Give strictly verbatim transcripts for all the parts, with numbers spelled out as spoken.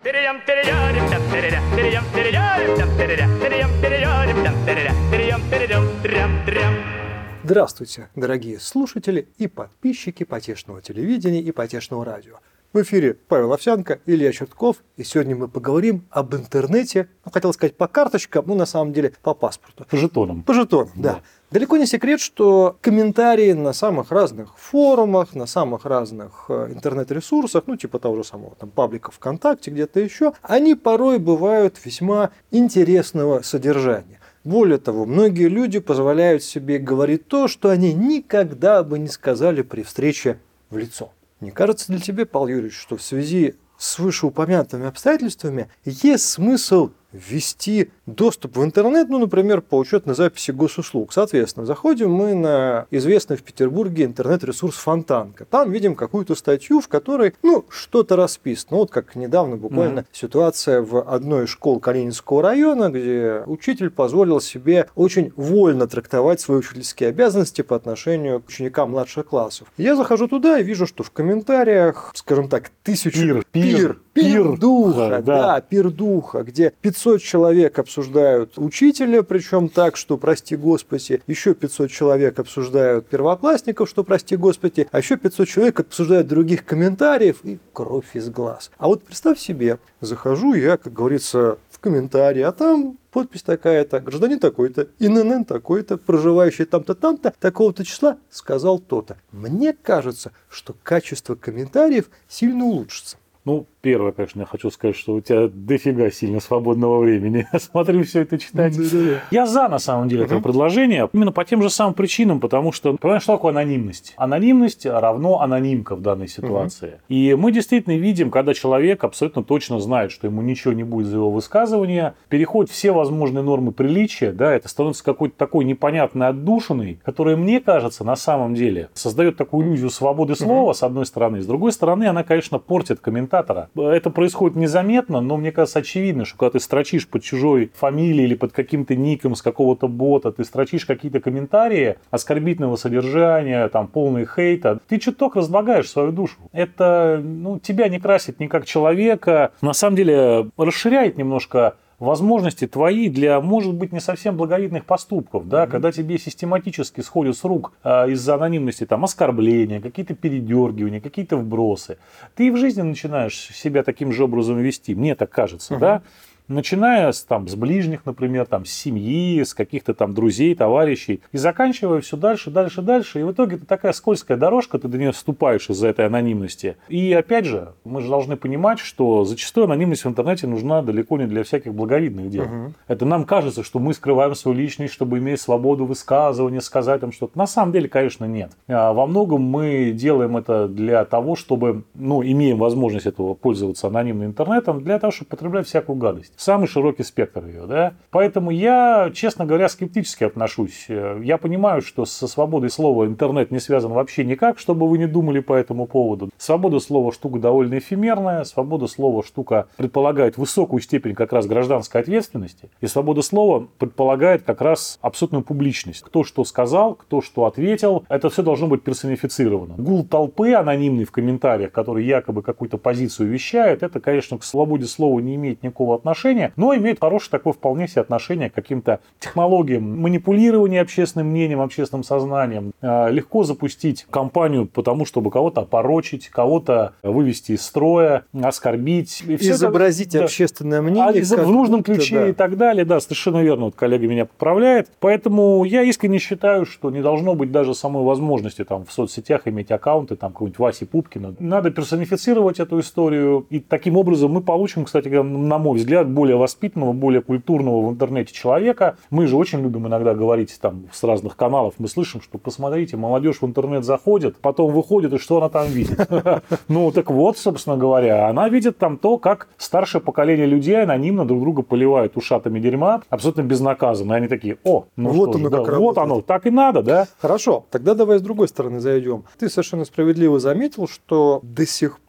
Здравствуйте, дорогие слушатели и подписчики Потешного телевидения и Потешного радио. В эфире Павел Овсянко, Илья Чертков, и сегодня мы поговорим об интернете, ну, хотел сказать по карточкам, но на самом деле по паспорту. По жетонам. По жетонам, да. да. Далеко не секрет, что комментарии на самых разных форумах, на самых разных интернет-ресурсах, ну типа того же самого там паблика ВКонтакте, где-то еще, они порой бывают весьма интересного содержания. Более того, многие люди позволяют себе говорить то, что они никогда бы не сказали при встрече в лицо. Не кажется ли тебе, Павел Юрьевич, что в связи с вышеупомянутыми обстоятельствами есть смысл ввести доступ в интернет, ну, например, по учетной записи госуслуг? Соответственно, заходим мы на известный в Петербурге интернет-ресурс Фонтанка. Там видим какую-то статью, в которой, ну, что-то расписано. Ну, вот как недавно буквально mm-hmm. ситуация в одной из школ Калининского района, где учитель позволил себе очень вольно трактовать свои учительские обязанности по отношению к ученикам младших классов. Я захожу туда и вижу, что в комментариях, скажем так, тысячу... Пир, пир, пир, пир духа, да, да, да. пир духа, где пятьсот человек обсуждают учителя, причем так, что, прости господи, еще пятьсот человек обсуждают первоклассников, что, прости господи, а еще пятьсот человек обсуждают других комментариев, и кровь из глаз. А вот представь себе, захожу я, как говорится, в комментарии, а там подпись такая-то, гражданин такой-то, ИНН такой-то, проживающий там-то, там-то, такого-то числа, сказал то-то. Мне кажется, что качество комментариев сильно улучшится. Ну, первое, конечно, я хочу сказать, что у тебя дофига сильно свободного времени. Смотрю все это читать. Да-да-да. Я за, на самом деле, uh-huh. это предложение. Именно по тем же самым причинам, потому что, понимаешь, что такое анонимность? Анонимность равно анонимка в данной ситуации. Uh-huh. И мы действительно видим, когда человек абсолютно точно знает, что ему ничего не будет за его высказывание, переходит все возможные нормы приличия, да, это становится какой-то такой непонятной отдушиной, которая, мне кажется, на самом деле создает такую иллюзию свободы слова, uh-huh. с одной стороны. С другой стороны, она, конечно, портит комментатора. Это происходит незаметно, но мне кажется очевидно, что когда ты строчишь под чужой фамилией или под каким-то ником с какого-то бота, ты строчишь какие-то комментарии оскорбительного содержания, там, полные хейта, ты чуток разлагаешь свою душу. Это, ну, тебя не красит ни как человека, на самом деле расширяет немножко возможности твои для, может быть, не совсем благовидных поступков, да, mm-hmm. когда тебе систематически сходят с рук э, из-за анонимности там, оскорбления, какие-то передергивания, какие-то вбросы. Ты и в жизни начинаешь себя таким же образом вести, мне так кажется, mm-hmm. да. Начиная с, там, с ближних, например, там, с семьи, с каких-то там друзей, товарищей, и заканчивая все дальше, дальше, дальше. И в итоге это такая скользкая дорожка, ты до нее вступаешь из-за этой анонимности. И опять же, мы же должны понимать, что зачастую анонимность в интернете нужна далеко не для всяких благовидных дел. Угу. Это нам кажется, что мы скрываем свою личность, чтобы иметь свободу высказывания, сказать там что-то. На самом деле, конечно, нет. А во многом мы делаем это для того, чтобы, ну, имеем возможность этого пользоваться анонимным интернетом, для того, чтобы потреблять всякую гадость. Самый широкий спектр ее, да. Поэтому я, честно говоря, скептически отношусь. Я понимаю, что со свободой слова интернет не связан вообще никак, чтобы вы не думали по этому поводу. Свобода слова штука довольно эфемерная, свобода слова штука предполагает высокую степень как раз гражданской ответственности, и свобода слова предполагает как раз абсолютную публичность. Кто что сказал, кто что ответил, это все должно быть персонифицировано. Гул толпы анонимный в комментариях, который якобы какую-то позицию вещает, это, конечно, к свободе слова не имеет никакого отношения, но имеет хорошее такое вполне себе отношение к каким-то технологиям манипулирования общественным мнением, общественным сознанием. Легко запустить кампанию потому, чтобы кого-то опорочить, кого-то вывести из строя, оскорбить. И изобразить это, общественное мнение. А, в нужном ключе, да. И так далее. Да, совершенно верно. Вот коллега меня поправляет. Поэтому я искренне считаю, что не должно быть даже самой возможности там, в соцсетях иметь аккаунты там, какого-нибудь Васи Пупкина. Надо персонифицировать эту историю. И таким образом мы получим, кстати, на мой взгляд, более воспитанного, более культурного в интернете человека. Мы же очень любим иногда говорить там с разных каналов, мы слышим, что посмотрите, молодежь в интернет заходит, потом выходит, и что она там видит? Ну, так вот, собственно говоря, она видит там то, как старшее поколение людей анонимно друг друга поливают ушатами дерьма, абсолютно безнаказанно. И они такие, о, ну вот что оно, же, да, как вот оно, так и надо, да? Хорошо, тогда давай с другой стороны зайдем. Ты совершенно справедливо заметил, что до сих пор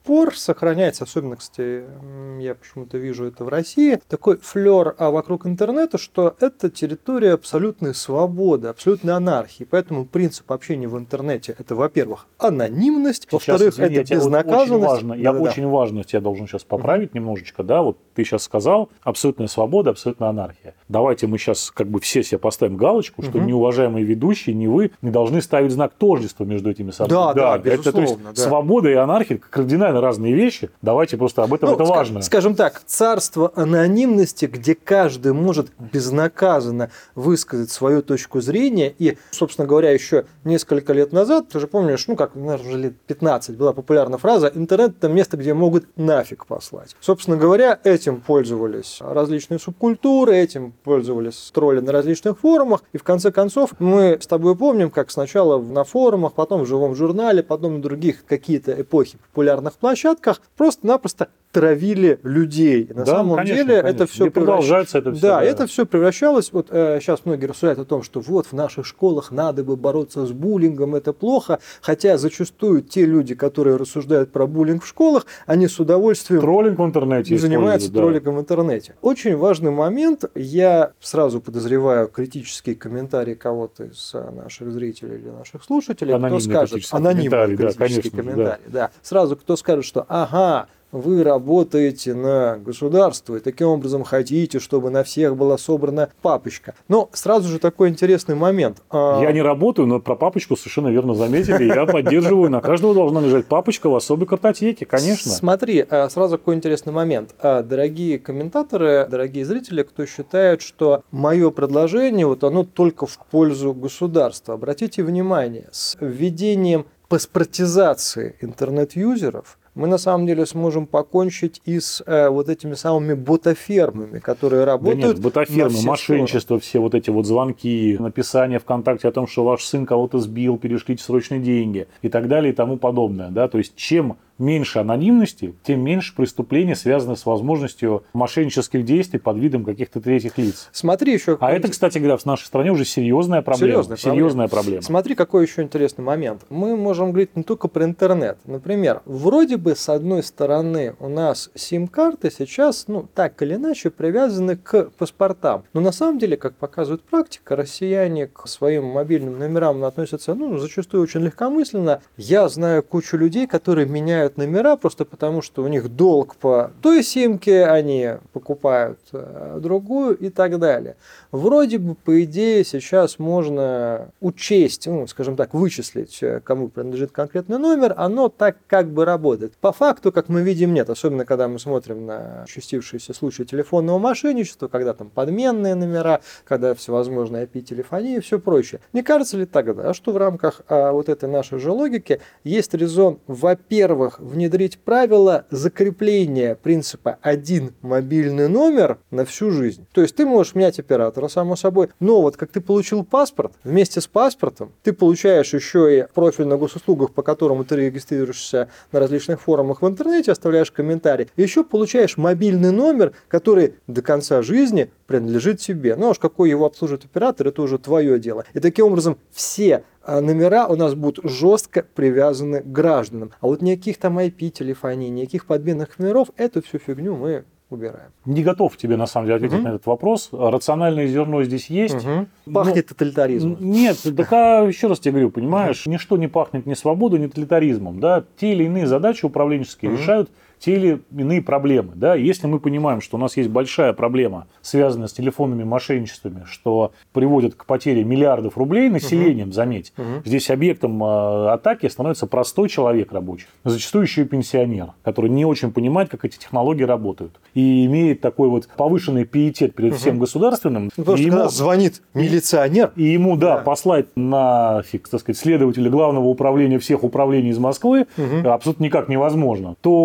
пор сохраняется, особенно, кстати, я почему-то вижу это в России, такой флер вокруг интернета, что это территория абсолютной свободы, абсолютной анархии. Поэтому принцип общения в интернете – это, во-первых, анонимность, во-вторых, извини, это безнаказанность. Очень важно, я Да-да-да. очень важно тебя должен сейчас поправить mm-hmm. немножечко, да, вот ты сейчас сказал, абсолютная свобода, абсолютная анархия. Давайте мы сейчас как бы все себе поставим галочку, что mm-hmm. неуважаемые ведущие, не вы, не должны ставить знак тождества между этими событиями. Да, да, безусловно. Это, то есть, да. свобода и анархия кардинально разные вещи. Давайте просто об этом, ну, это ска- важно. Скажем так, царство анонимности, где каждый может безнаказанно высказать свою точку зрения. И, собственно говоря, еще несколько лет назад, ты же помнишь, ну как, наверное, уже лет пятнадцать была популярна фраза «интернет – это место, где могут нафиг послать». Собственно говоря, этим пользовались различные субкультуры, этим пользовались тролли на различных форумах. И в конце концов мы с тобой помним, как сначала на форумах, потом в живом журнале, потом на других какие-то эпохи популярных площадках просто-напросто травили людей. И на да, самом конечно, деле конечно. это все превращ... продолжается это все. Да, да, это все превращалось. Вот э, сейчас многие рассуждают о том, что вот в наших школах надо бы бороться с буллингом, это плохо. Хотя зачастую те люди, которые рассуждают про буллинг в школах, они с удовольствием троллинг в интернете занимаются да. троллингом в интернете. Очень важный момент. Я сразу подозреваю критические комментарии кого-то из наших зрителей или наших слушателей, анонимный кто скажет анонимный да, критический конечно, комментарий. Да. Да. Сразу кто скажет, что ага, вы работаете на государство и таким образом хотите, чтобы на всех была собрана папочка. Но сразу же такой интересный момент. Я не работаю, но про папочку совершенно верно заметили. Я поддерживаю. На каждого должна лежать папочка в особой картотеке, конечно. Смотри, сразу какой интересный момент. Дорогие комментаторы, дорогие зрители, кто считает, что мое предложение, вот оно только в пользу государства. Обратите внимание, с введением паспортизации интернет-юзеров мы на самом деле сможем покончить и с э, вот этими самыми ботафермами, которые работают. Да нет, ботафермы, мошенничество, все вот эти вот звонки, написание ВКонтакте о том, что ваш сын кого-то сбил, перешлите срочные деньги и так далее и тому подобное. Да? То есть чем меньше анонимности, тем меньше преступлений, связанных с возможностью мошеннических действий под видом каких-то третьих лиц. Смотри еще. А это, кстати говоря, в нашей стране уже серьезная проблема. Серьезная, серьезная проблема. проблема. Смотри, какой еще интересный момент. Мы можем говорить не только про интернет. Например, вроде бы с одной стороны у нас сим-карты сейчас, ну так или иначе, привязаны к паспортам. Но на самом деле, как показывает практика, россияне к своим мобильным номерам относятся, ну, зачастую очень легкомысленно. Я знаю кучу людей, которые меняют номера просто потому, что у них долг по той симке, они покупают другую и так далее. Вроде бы, по идее, сейчас можно учесть, ну, скажем так, вычислить, кому принадлежит конкретный номер, оно так как бы работает. По факту, как мы видим, нет, особенно когда мы смотрим на участившиеся случаи телефонного мошенничества, когда там подменные номера, когда всевозможные ай пи-телефонии и все прочее. Не кажется ли тогда, что в рамках а, вот этой нашей же логики есть резон, во-первых, внедрить правило закрепления принципа один мобильный номер на всю жизнь. То есть ты можешь менять оператора, само собой, но вот как ты получил паспорт, вместе с паспортом ты получаешь еще и профиль на госуслугах, по которому ты регистрируешься на различных форумах в интернете, оставляешь комментарий, и еще получаешь мобильный номер, который до конца жизни принадлежит тебе. Ну, уж какой его обслуживает оператор, это уже твое дело. И таким образом все номера у нас будут жестко привязаны к гражданам. А вот никаких там ай пи-телефоний, никаких подменных номеров, эту всю фигню мы убираем. Не готов тебе, на самом деле, ответить угу. на этот вопрос. Рациональное зерно здесь есть. Угу. Пахнет но... тоталитаризмом. Нет, так а, еще раз тебе говорю, понимаешь, угу. ничто не пахнет ни свободой, ни тоталитаризмом. Да? Те или иные задачи управленческие угу. решают те или иные проблемы. Да? Если мы понимаем, что у нас есть большая проблема, связанная с телефонными мошенничествами, что приводит к потере миллиардов рублей населением, угу. заметь, угу. здесь объектом э, атаки становится простой человек рабочий, зачастую еще и пенсионер, который не очень понимает, как эти технологии работают, и имеет такой вот повышенный пиетет перед угу. всем государственным. Ну, потому что ему, когда звонит милиционер, и ему, да, да. послать нафиг, так сказать, следователя Главного управления всех управлений из Москвы угу. абсолютно никак невозможно, то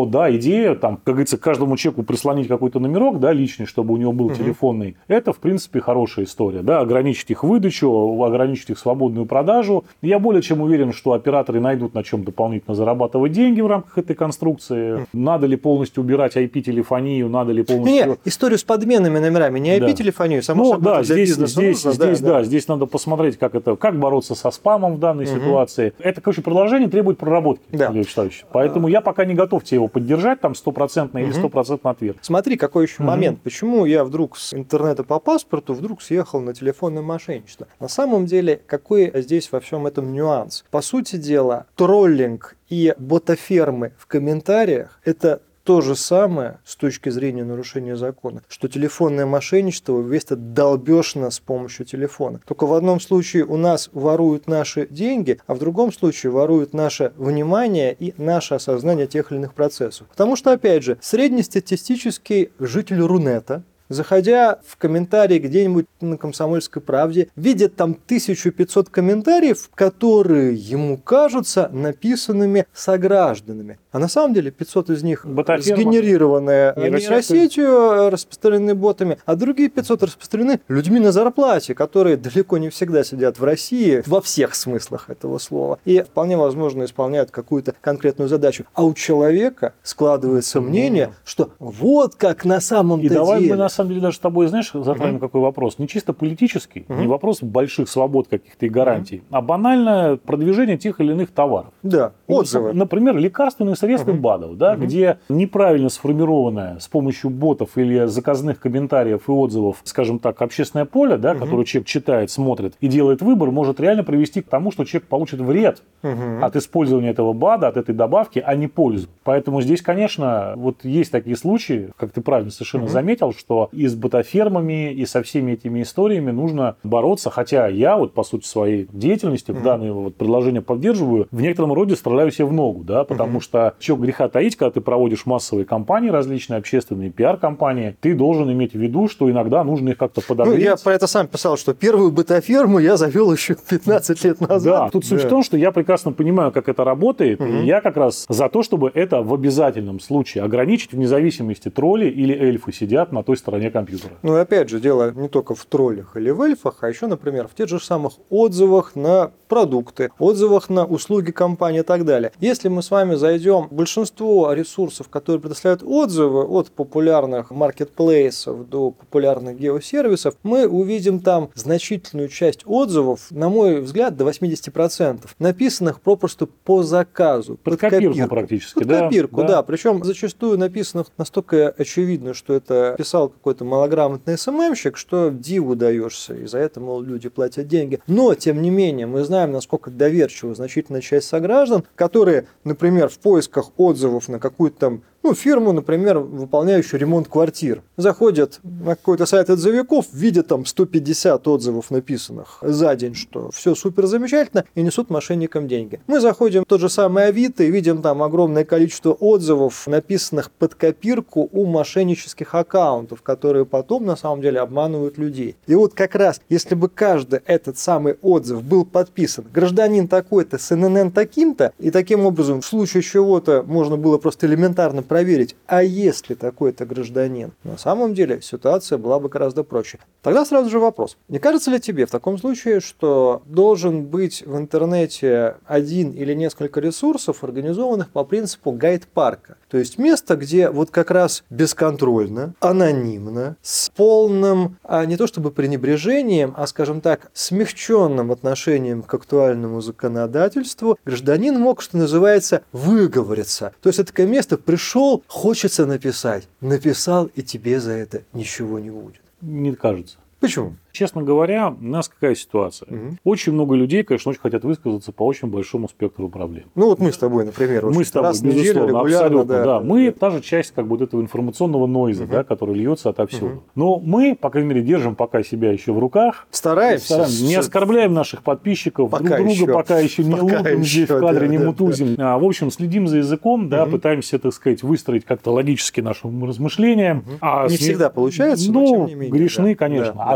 Но да, идея, там, как говорится, каждому человеку прислонить какой-то номерок, да, личный, чтобы у него был угу. телефонный, это, в принципе, хорошая история. Да, ограничить их выдачу, ограничить их свободную продажу. Я более чем уверен, что операторы найдут на чем дополнительно зарабатывать деньги в рамках этой конструкции. Угу. Надо ли полностью убирать ай пи-телефонию, надо ли полностью... Нет, историю с подменными номерами, не ай пи-телефонию, да. само ну, собой, да, для здесь, бизнеса здесь, нужно, здесь, да, да, да. здесь надо посмотреть, как это, как бороться со спамом в данной угу. ситуации. Это, короче, предложение требует проработки, да. Андрей Вячеславович. Поэтому а... я пока не готов тебе его поддержать, там, стопроцентно угу. или стопроцентный ответ. Смотри, какой еще угу. момент. Почему я вдруг с интернета по паспорту вдруг съехал на телефонное мошенничество? На самом деле, какой здесь во всем этом нюанс? По сути дела, троллинг и ботафермы в комментариях – это то же самое с точки зрения нарушения закона, что телефонное мошенничество, весь этот долбеж нас с помощью телефона. Только в одном случае у нас воруют наши деньги, а в другом случае воруют наше внимание и наше осознание тех или иных процессов. Потому что, опять же, среднестатистический житель Рунета, заходя в комментарии где-нибудь на «Комсомольской правде», видит там тысячу пятьсот комментариев, которые ему кажутся написанными согражданами. А на самом деле пятьсот из них Ботаферма. сгенерированы нейросетью, распространены ботами, а другие пятьсот распространены людьми на зарплате, которые далеко не всегда сидят в России, во всех смыслах этого слова, и вполне возможно исполняют какую-то конкретную задачу. А у человека складывается мнение, что вот как на самом-то и деле. Давай мы на самом деле даже с тобой, знаешь, затронем uh-huh. какой вопрос. Не чисто политический, uh-huh. не вопрос больших свобод каких-то и гарантий, uh-huh. а банальное продвижение тех или иных товаров. Да, отзывы. Например, лекарственные средства uh-huh. БАДов, да, uh-huh. где неправильно сформированное с помощью ботов или заказных комментариев и отзывов, скажем так, общественное поле, да, uh-huh. которое человек читает, смотрит и делает выбор, может реально привести к тому, что человек получит вред uh-huh. от использования этого БАДа, от этой добавки, а не пользу. Поэтому здесь, конечно, вот есть такие случаи, как ты правильно совершенно uh-huh. заметил, что и с ботафермами, и со всеми этими историями нужно бороться. Хотя я, вот по сути своей деятельности, mm-hmm. в данное вот предложение поддерживаю, в некотором роде стреляю себе в ногу, да, потому mm-hmm. что, чего греха таить, когда ты проводишь массовые кампании, различные общественные пиар-компании, ты должен иметь в виду, что иногда нужно их как-то подогреть. Ну, я про это сам писал, что первую ботаферму я завел еще пятнадцать лет назад. Да, тут суть да. в том, что я прекрасно понимаю, как это работает, mm-hmm. и я как раз за то, чтобы это в обязательном случае ограничить, вне зависимости, тролли или эльфы сидят на той стороне компьютера. Ну и опять же, дело не только в троллях или в эльфах, а еще, например, в тех же самых отзывах на продукты, отзывах на услуги компании и так далее. Если мы с вами зайдем в большинство ресурсов, которые предоставляют отзывы, от популярных маркетплейсов до популярных геосервисов, мы увидим там значительную часть отзывов, на мой взгляд, до восемьдесят процентов, написанных попросту по заказу. Под, под копирку, копирку практически. Под да? копирку, да. да. Причем зачастую написанных настолько очевидно, что это писал какой-то малограмотный эс эм эм-щик, что диву даешься, и за это, мол, люди платят деньги. Но, тем не менее, мы знаем, насколько доверчива значительная часть сограждан, которые, например, в поисках отзывов на какую-то там ну, фирму, например, выполняющую ремонт квартир, заходят на какой-то сайт отзывиков, видят там сто пятьдесят отзывов, написанных за день, что все супер замечательно, и несут мошенникам деньги. Мы заходим в тот же самый Авито и видим там огромное количество отзывов, написанных под копирку у мошеннических аккаунтов, которые потом на самом деле обманывают людей. И вот как раз, если бы каждый этот самый отзыв был подписан гражданин такой-то с эн эн эн таким-то, и таким образом в случае чего-то можно было просто элементарно проверить, а есть ли такой-то гражданин, на самом деле ситуация была бы гораздо проще. Тогда сразу же вопрос. Не кажется ли тебе в таком случае, что должен быть в интернете один или несколько ресурсов, организованных по принципу гайд-парка? То есть место, где вот как раз бесконтрольно, анонимно, с полным, а не то чтобы пренебрежением, а, скажем так, смягченным отношением к актуальному законодательству, гражданин мог, что называется, выговориться. То есть это такое место, пришел, хочется написать. Написал, и тебе за это ничего не будет. Не кажется. Почему? Честно говоря, у нас какая ситуация? Угу. Очень много людей, конечно, очень хотят высказаться по очень большому спектру проблем. Ну вот мы с тобой, например. Мы с тобой, раз безусловно, неделю, абсолютно, да, да. да. Мы та же часть как бы вот этого информационного нойза, угу. да, который льется отовсюду. Угу. Но мы, по крайней мере, держим пока себя еще в руках. Стараемся. Стараемся. Не оскорбляем наших подписчиков, пока друг друга еще. пока еще не пока лупим еще, здесь в кадре, да, не да, мутузим. Да. А, в общем, следим за языком, да, угу. пытаемся, так сказать, выстроить как-то логически наши размышления. Угу. А не с... всегда получается, ну, но тем не менее. грешны, да. конечно. Да, а да. заметь, когда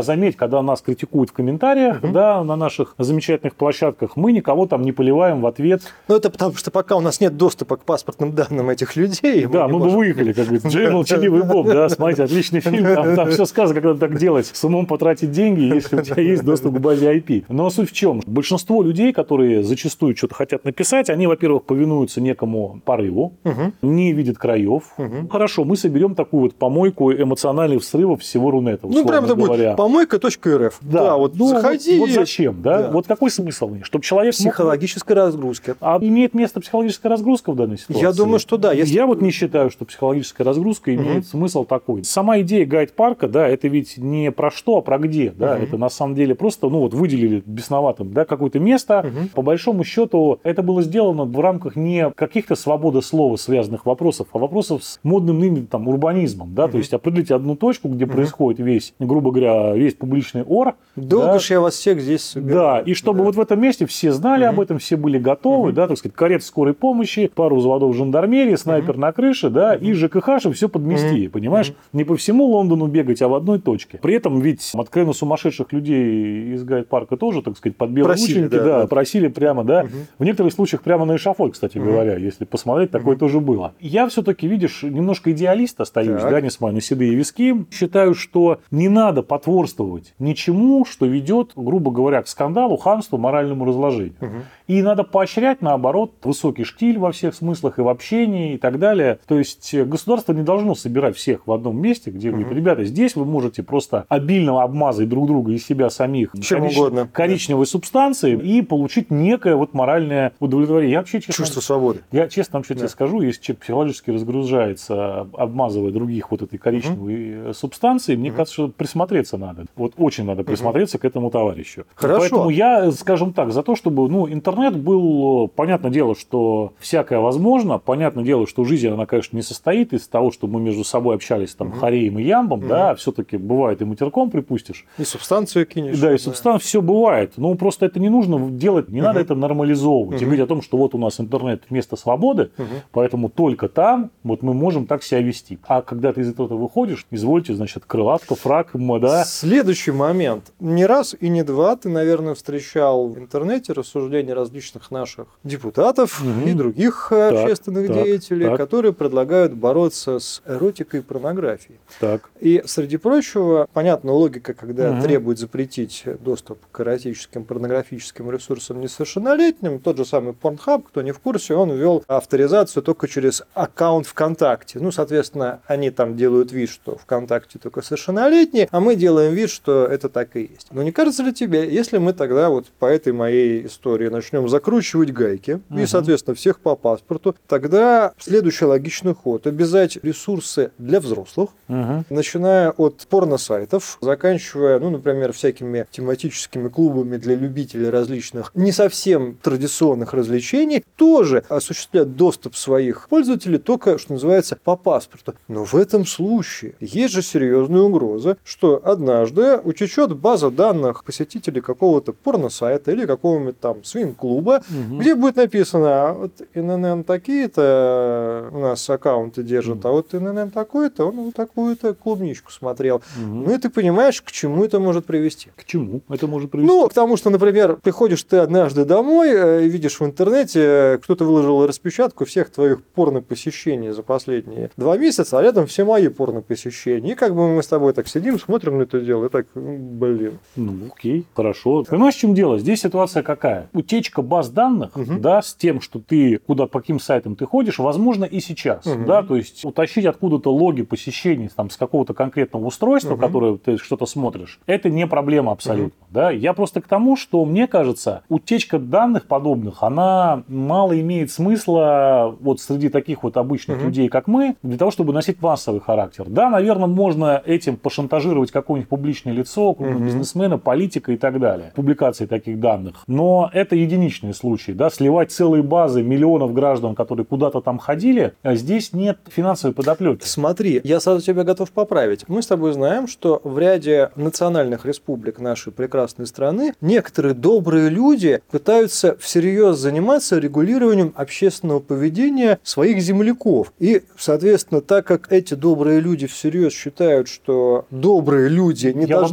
когда нас критикуют в комментариях, угу. да, на наших замечательных площадках, мы никого там не поливаем в ответ. Ну, это потому что пока у нас нет доступа к паспортным данным этих людей. Да, мы, мы бы можем... выехали, как говорится, Джей Молчаливый Боб, да, смотрите, отличный фильм, там, там все сказано, как надо так делать, с умом потратить деньги, если у тебя есть доступ к базе ай пи. Но суть в чем? Большинство людей, которые зачастую что-то хотят написать, они, во-первых, повинуются некому порыву, угу. не видят краев. Угу. Хорошо, мы соберем такую вот помойку эмоциональных взрывов всего Рунета, ну, прям это будет помойка точка эр эф. Да, да, вот ну, заходи. Вот, вот зачем, да? да? Вот какой смысл? Чтобы человек... Психологической мог... разгрузки. А имеет место психологическая разгрузка в данной ситуации? Я думаю, что да. Если... Я вот не считаю, что психологическая разгрузка угу. имеет смысл такой. Сама идея гайд-парка, да, это ведь не про что, а про где, да? Угу. Это на самом деле просто, ну вот, выделили бесноватым, да, какое-то место. Угу. По большому счету, это было сделано в рамках не каких-то свободы слова связанных вопросов, а вопросов с модным ныне там урбанизмом, да, угу. то есть определить одну точку, где угу. происходит весь, грубо говоря, весь публичный ор. Долго да, ж я вас всех здесь собираю. Да, и чтобы да. вот в этом месте все знали угу. об этом, все были готовы, угу. да, так сказать, карета скорой помощи, пару взводов жандармерии, снайпер угу. на крыше, да, угу. и ЖКХ, чтобы все подмести, угу. понимаешь? Угу. Не по всему Лондону бегать, а в одной точке. При этом ведь откровенно сумасшедших людей из гайд-парка тоже, так сказать, под белые рученьки, да, да, да, просили прямо, да, угу. в некоторых случаях прямо на эшафот, кстати угу. говоря, если посмотреть, такое угу. тоже было. Я все-таки, видишь, немножко идеалист остаюсь, так. да, несмотря на седые виски. Считаю, что не надо потворствовать ничему, что ведет, грубо говоря, к скандалу, хамству, моральному разложению. Угу. И надо поощрять, наоборот, высокий штиль во всех смыслах и в общении и так далее. То есть государство не должно собирать всех в одном месте, где, угу. говорит, ребята, здесь вы можете просто обильно обмазать друг друга и себя самих чем корич... угодно. коричневой да. субстанцией и получить некое вот моральное удовлетворение. Я вообще, честно, чувство свободы. Я честно вам что-то да. скажу, если человек психологически разгружается, обмазывая других вот этой коричневой угу. субстанцией, мне угу. кажется, что присмотреться надо. Вот очень надо присмотреться угу. к этому товарищу. Хорошо. Поэтому я, скажем так, за то, чтобы ну, интернет был, понятное дело, что всякое возможно, понятное дело, что жизнь, она, конечно, не состоит из того, что мы между собой общались там угу. хореем и ямбом, угу. да, все-таки бывает и матерком припустишь. И субстанцию кинешь. Да, и субстанцию, да. все бывает. Но просто это не нужно делать, не угу. надо это нормализовывать. Угу. И говорить о том, что вот у нас интернет место свободы, угу. поэтому только там вот мы можем так себя вести. А когда ты из этого выходишь, извольте, значит, крылатка, фрак, да. Следующий момент. Не раз и не два ты, наверное, встречал в интернете рассуждения различных наших депутатов угу. и других так, общественных так, деятелей, так. которые предлагают бороться с эротикой и порнографией. Так. И, среди прочего, понятна логика, когда угу. требует запретить доступ к эротическим, порнографическим ресурсам несовершеннолетним. Тот же самый Pornhub, кто не в курсе, он ввел авторизацию только через аккаунт ВКонтакте. Ну, соответственно, они там делают вид, что ВКонтакте только совершеннолетние, а мы делаем вид, что это так и есть. Но не кажется ли тебе, если мы тогда вот по этой моей истории начнем закручивать гайки угу. и, соответственно, всех по паспорту, тогда следующий логичный ход – обязать ресурсы для взрослых, угу. начиная от порно-сайтов, заканчивая, ну, например, всякими тематическими клубами для любителей различных не совсем традиционных развлечений, тоже осуществлять доступ своих пользователей только, что называется, по паспорту. Но в этом случае есть же серьезная угроза, что однажды утечет база данных посетителей какого-то порно-сайта или какого-нибудь там свин-клуба, угу. где будет написано, а вот эн эн эн такие-то у нас аккаунты держат, угу. а вот эн эн эн такой-то, он вот такую-то клубничку смотрел. Угу. Ну и ты понимаешь, к чему это может привести. К чему это может привести? Ну, к тому, что, например, приходишь ты однажды домой и видишь в интернете, кто-то выложил распечатку всех твоих порно-посещений за последние два месяца, а рядом все мои порно-посещения. И как бы мы с тобой так сидим, смотрим на это дело, и так, блин. Ну, окей, хорошо. Понимаешь, в чем дело? Здесь ситуация какая? Утечка баз данных, угу. да, с тем, что ты куда, по каким сайтам ты ходишь, возможно, и сейчас. Угу. Да, то есть утащить откуда-то логи посещений там, с какого-то конкретного устройства, угу. которое ты что-то смотришь, это не проблема абсолютно. Угу. Да? Я просто к тому, что, мне кажется, утечка данных подобных, она мало имеет смысла вот среди таких вот обычных угу. людей, как мы, для того, чтобы носить массовый характер. Да, наверное, можно этим пошантажировать какое-нибудь публичное лицо, какого-нибудь угу. бизнесмена, политика и так далее. Публикации таких данных. Но это единичные случаи. Да? Сливать целые базы миллионов граждан, которые куда-то там ходили, а здесь нет финансовой подоплеки. Смотри, я сразу тебя готов поправить. Мы с тобой знаем, что в ряде национальных республик нашей прекрасной страны некоторые добрые люди пытаются всерьез заниматься регулированием общественного поведения своих земляков. И, соответственно, так как эти добрые люди всерьез считают, что добрые люди не я должны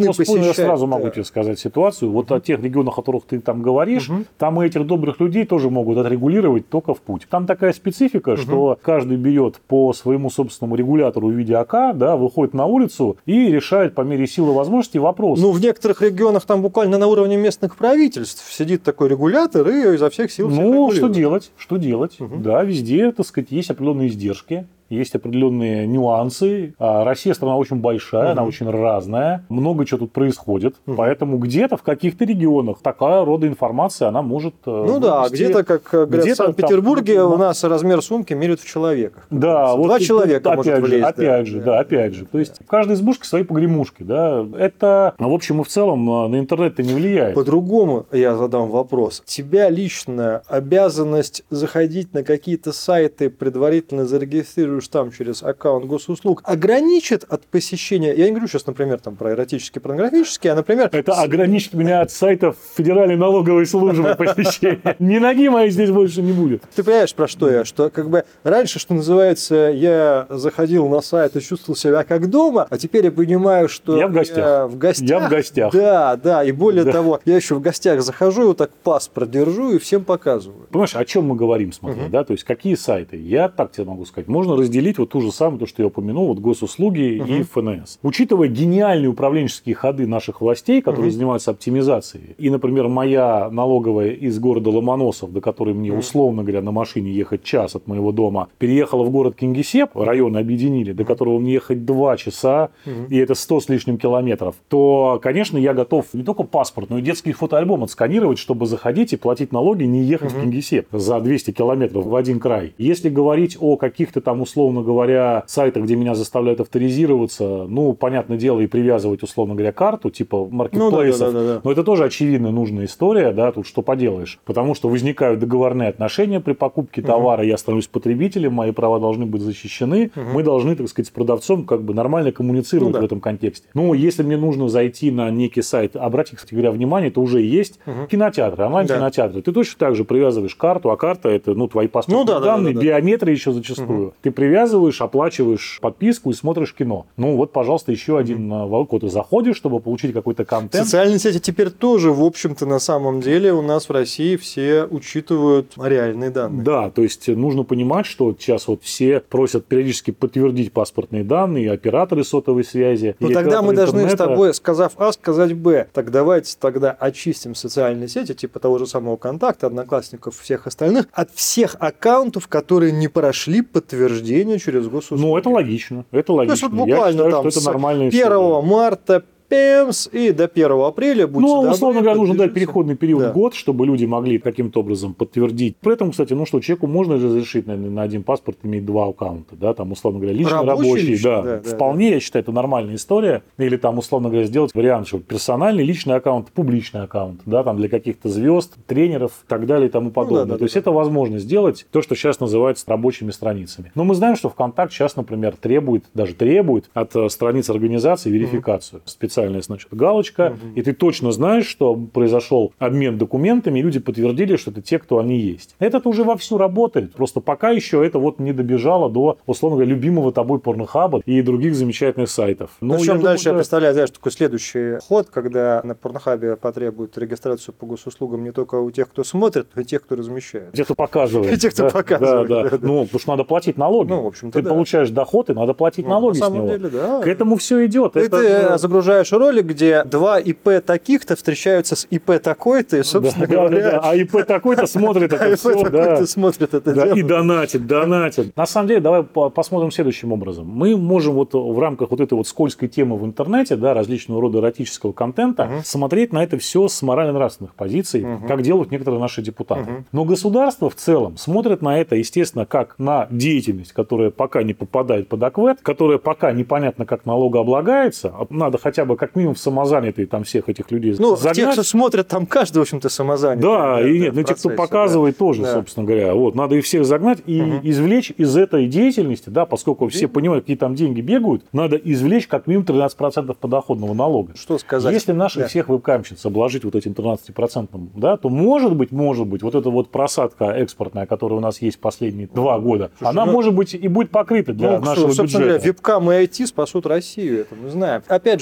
поэтому посещают. Я сразу могу да. тебе сказать ситуацию. Вот о тех регионах, о которых ты там говоришь, угу. там и этих добрых людей тоже могут отрегулировать только в путь. Там такая специфика, угу. что каждый берет по своему собственному регулятору в виде АК, да, выходит на улицу и решает по мере силы возможностей вопрос. Ну, в некоторых регионах там буквально на уровне местных правительств сидит такой регулятор и изо всех сил всех Ну, регулирует. что делать? Что делать? Угу. Да, везде, так сказать, есть определенные издержки. Есть определенные нюансы. Россия страна очень большая, угу. она очень разная. Много чего тут происходит. Угу. Поэтому где-то в каких-то регионах такая рода информация, она может... Ну да, где-то, как говорят, где-то в Санкт-Петербурге там, у нас размер сумки меряют в человеках. Да, вот Два человека опять может же, влезть. Опять да, же, да, да, опять же. То есть в каждой избушке свои погремушки. Да. Это, в общем и в целом, на интернет-то не влияет. По-другому я задам вопрос. Тебя лично обязанность заходить на какие-то сайты, предварительно зарегистрируешь там через аккаунт госуслуг, ограничит от посещения, я не говорю сейчас, например, там, про эротические, порнографические, а, например... Это ограничит меня от сайтов Федеральной налоговой службы посещения. Ни ноги моей здесь больше не будет. Ты понимаешь, про что я? Что как бы раньше, что называется, я заходил на сайт и чувствовал себя как дома, а теперь я понимаю, что я в гостях. Я в гостях. Я в гостях. Да, да, и более да. того, я еще в гостях захожу, и вот так паспорт держу и всем показываю. Понимаешь, о чем мы говорим, смотри, угу. да, то есть какие сайты? Я так тебе могу сказать. Можно разделить вот ту же самую, то, что я упомянул, вот госуслуги угу. и эф эн эс. Учитывая гениальные управленческие ходы наших властей, которые угу. занимаются оптимизацией, и, например, моя налоговая из города Ломоносов, до которой мне, угу. условно говоря, на машине ехать час от моего дома, переехала в город Кингисепп, районы объединили, до которого мне ехать два часа, угу. и это сто с лишним километров, то, конечно, я готов не только паспорт, но и детский фотоальбом отсканировать, чтобы заходить и платить налоги, не ехать угу. в Кингисепп за двести километров в один край. Если говорить о каких-то там, условно говоря, сайтах, где меня заставляют авторизироваться, ну, понятное дело, и привязывать, условно говоря, карту, типа маркетплейсов, ну, да, да, да, да. но это тоже очевидно нужная история, да, тут что поделаешь, потому что возникают договорные отношения при покупке угу. товара, я становлюсь потребителем, мои права должны быть защищены, угу. мы должны, так сказать, с продавцом как бы нормально коммуницировать ну, да. в этом контексте. Ну, если мне нужно зайти на некий сайт, обратите, кстати говоря, внимание, это уже есть угу. кинотеатры, онлайн-кинотеатры, да. ты точно так же привязываешь карту, а карта это, ну, твои паспортные ну, да, данные, да, да, да. биометрия еще зачастую. Угу. Ты привязываешь, оплачиваешь подписку и смотришь кино. Ну, вот, пожалуйста, еще один угу. волк. Ты заходишь, чтобы получить какой-то контент. Социальные сети теперь тоже, в общем-то, на самом деле у нас в России все учитывают реальные данные. Да, то есть нужно понимать, что сейчас вот все просят периодически подтвердить паспортные данные, операторы сотовой связи. Но тогда мы должны интернета. С тобой, сказав А, сказать Б. Так давайте тогда очистим социальные сети, типа того же самого ВКонтакта, Одноклассников, всех остальных, от всех аккаунтов, которые не прошли подтверждение через госуслуги. Ну, это логично. Это логично. То есть, вот буквально Я считаю, там что это нормальная первого марта ПЭМС и до первого апреля будьте Ну, добры, условно говоря, нужно дать переходный период да. год, чтобы люди могли каким-то образом подтвердить. При этом, кстати, ну что, человеку можно разрешить, наверное, на один паспорт иметь два аккаунта, да, там, условно говоря, личный, рабочий, рабочий личный, да. да. Вполне, да. я считаю, это нормальная история. Или там, условно говоря, сделать вариант, что персональный личный аккаунт, публичный аккаунт, да, там для каких-то звезд, тренеров и так далее и тому подобное. Ну, да, да, То да, есть да. это возможно сделать, то, что сейчас называется рабочими страницами. Но мы знаем, что ВКонтакт сейчас, например, требует, даже требует от страниц организации верификацию. Mm-hmm. Специальная, значит, галочка. Угу. И ты точно знаешь, что произошел обмен документами, и люди подтвердили, что это те, кто они есть. Это уже вовсю работает. Просто пока еще это вот не добежало до, условно говоря, любимого тобой порнохаба и других замечательных сайтов. Ну, Причем я дальше думаю, я представляю, знаешь, такой следующий ход, когда на порнохабе потребуют регистрацию по госуслугам не только у тех, кто смотрит, но и тех, кто размещает. Тех, кто показывает. И тех, кто да, показывает. Да, да. Да, да. Ну, потому что надо платить налоги. Ну, в общем-то, ты да. получаешь доход, и надо платить ну, налоги на самом с него. деле, да. К этому все идет. И это... ты загружаешь ролик, где два ИП таких-то встречаются с ИП такой-то, и, собственно да, говоря... Да, да, да. А ИП такой-то смотрит это все. Да. смотрит это да, дело. И донатит, донатит. На самом деле, давай посмотрим следующим образом. Мы можем вот в рамках вот этой вот скользкой темы в интернете, да, различного рода эротического контента, угу. смотреть на это все с морально-нравственных позиций, угу. как делают некоторые наши депутаты. Угу. Но государство в целом смотрит на это, естественно, как на деятельность, которая пока не попадает под АКВЭД, которая пока непонятно как налогооблагается. Надо хотя бы как минимум в самозанятые там всех этих людей ну, загнать. Те, кто смотрят, там каждый, в общем-то, самозанят. Да, и нет, ну те, кто показывает, да. тоже, да. собственно говоря. Вот, надо их всех загнать и угу. извлечь из этой деятельности, да, поскольку все понимают, какие там деньги бегают, надо извлечь как минимум тринадцать процентов подоходного налога. Что сказать? Если наших да. всех вебкамщиц обложить вот этим тринадцать процентов, да, то может быть, может быть, вот эта вот просадка экспортная, которая у нас есть последние два года, Слушай, она, ну, может быть, и будет покрыта для ну, нашего собственно бюджета. Говоря, вебкам и ай ти спасут Россию, это мы знаем. Опять же, я должен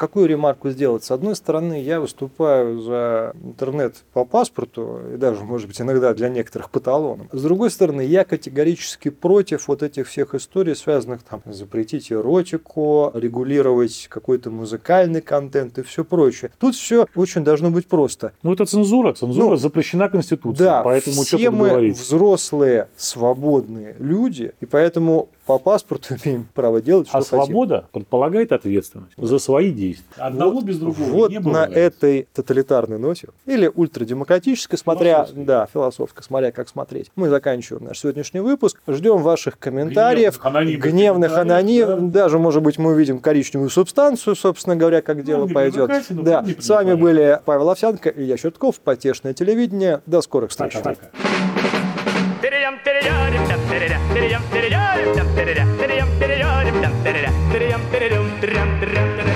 какую ремарку сделать? С одной стороны, я выступаю за интернет по паспорту, и даже, может быть, иногда для некоторых по талонам. С другой стороны, я категорически против вот этих всех историй, связанных там, запретить эротику, регулировать какой-то музыкальный контент и все прочее. Тут все очень должно быть просто. Ну, это цензура. Цензура Ну, запрещена Конституцией. Да, поэтому что все тут мы говорить? взрослые, свободные люди, и поэтому по паспорту имеем право делать, что А хотим. свобода предполагает ответственность за свои действия. Одного вот, без другого вот не на бывает. этой тоталитарной ноте, или ультрадемократической, смотря, Философской. да, философской, смотря как смотреть, мы заканчиваем наш сегодняшний выпуск. Ждем ваших комментариев, Гневных, анонимных гневных комментариев, анонимов. Даже, может быть, мы увидим коричневую субстанцию, собственно говоря, как дело не пойдет. привыкайте, но Да, не с вами привыкайте. были Павел Овсянко, Илья Чертков, Потешное телевидение. До скорых встреч. Пока-пока. Tiriam tiriam tiriam tiriam tiriam tiriam tiriam tiriam tiriam tiriam tiriam tiriam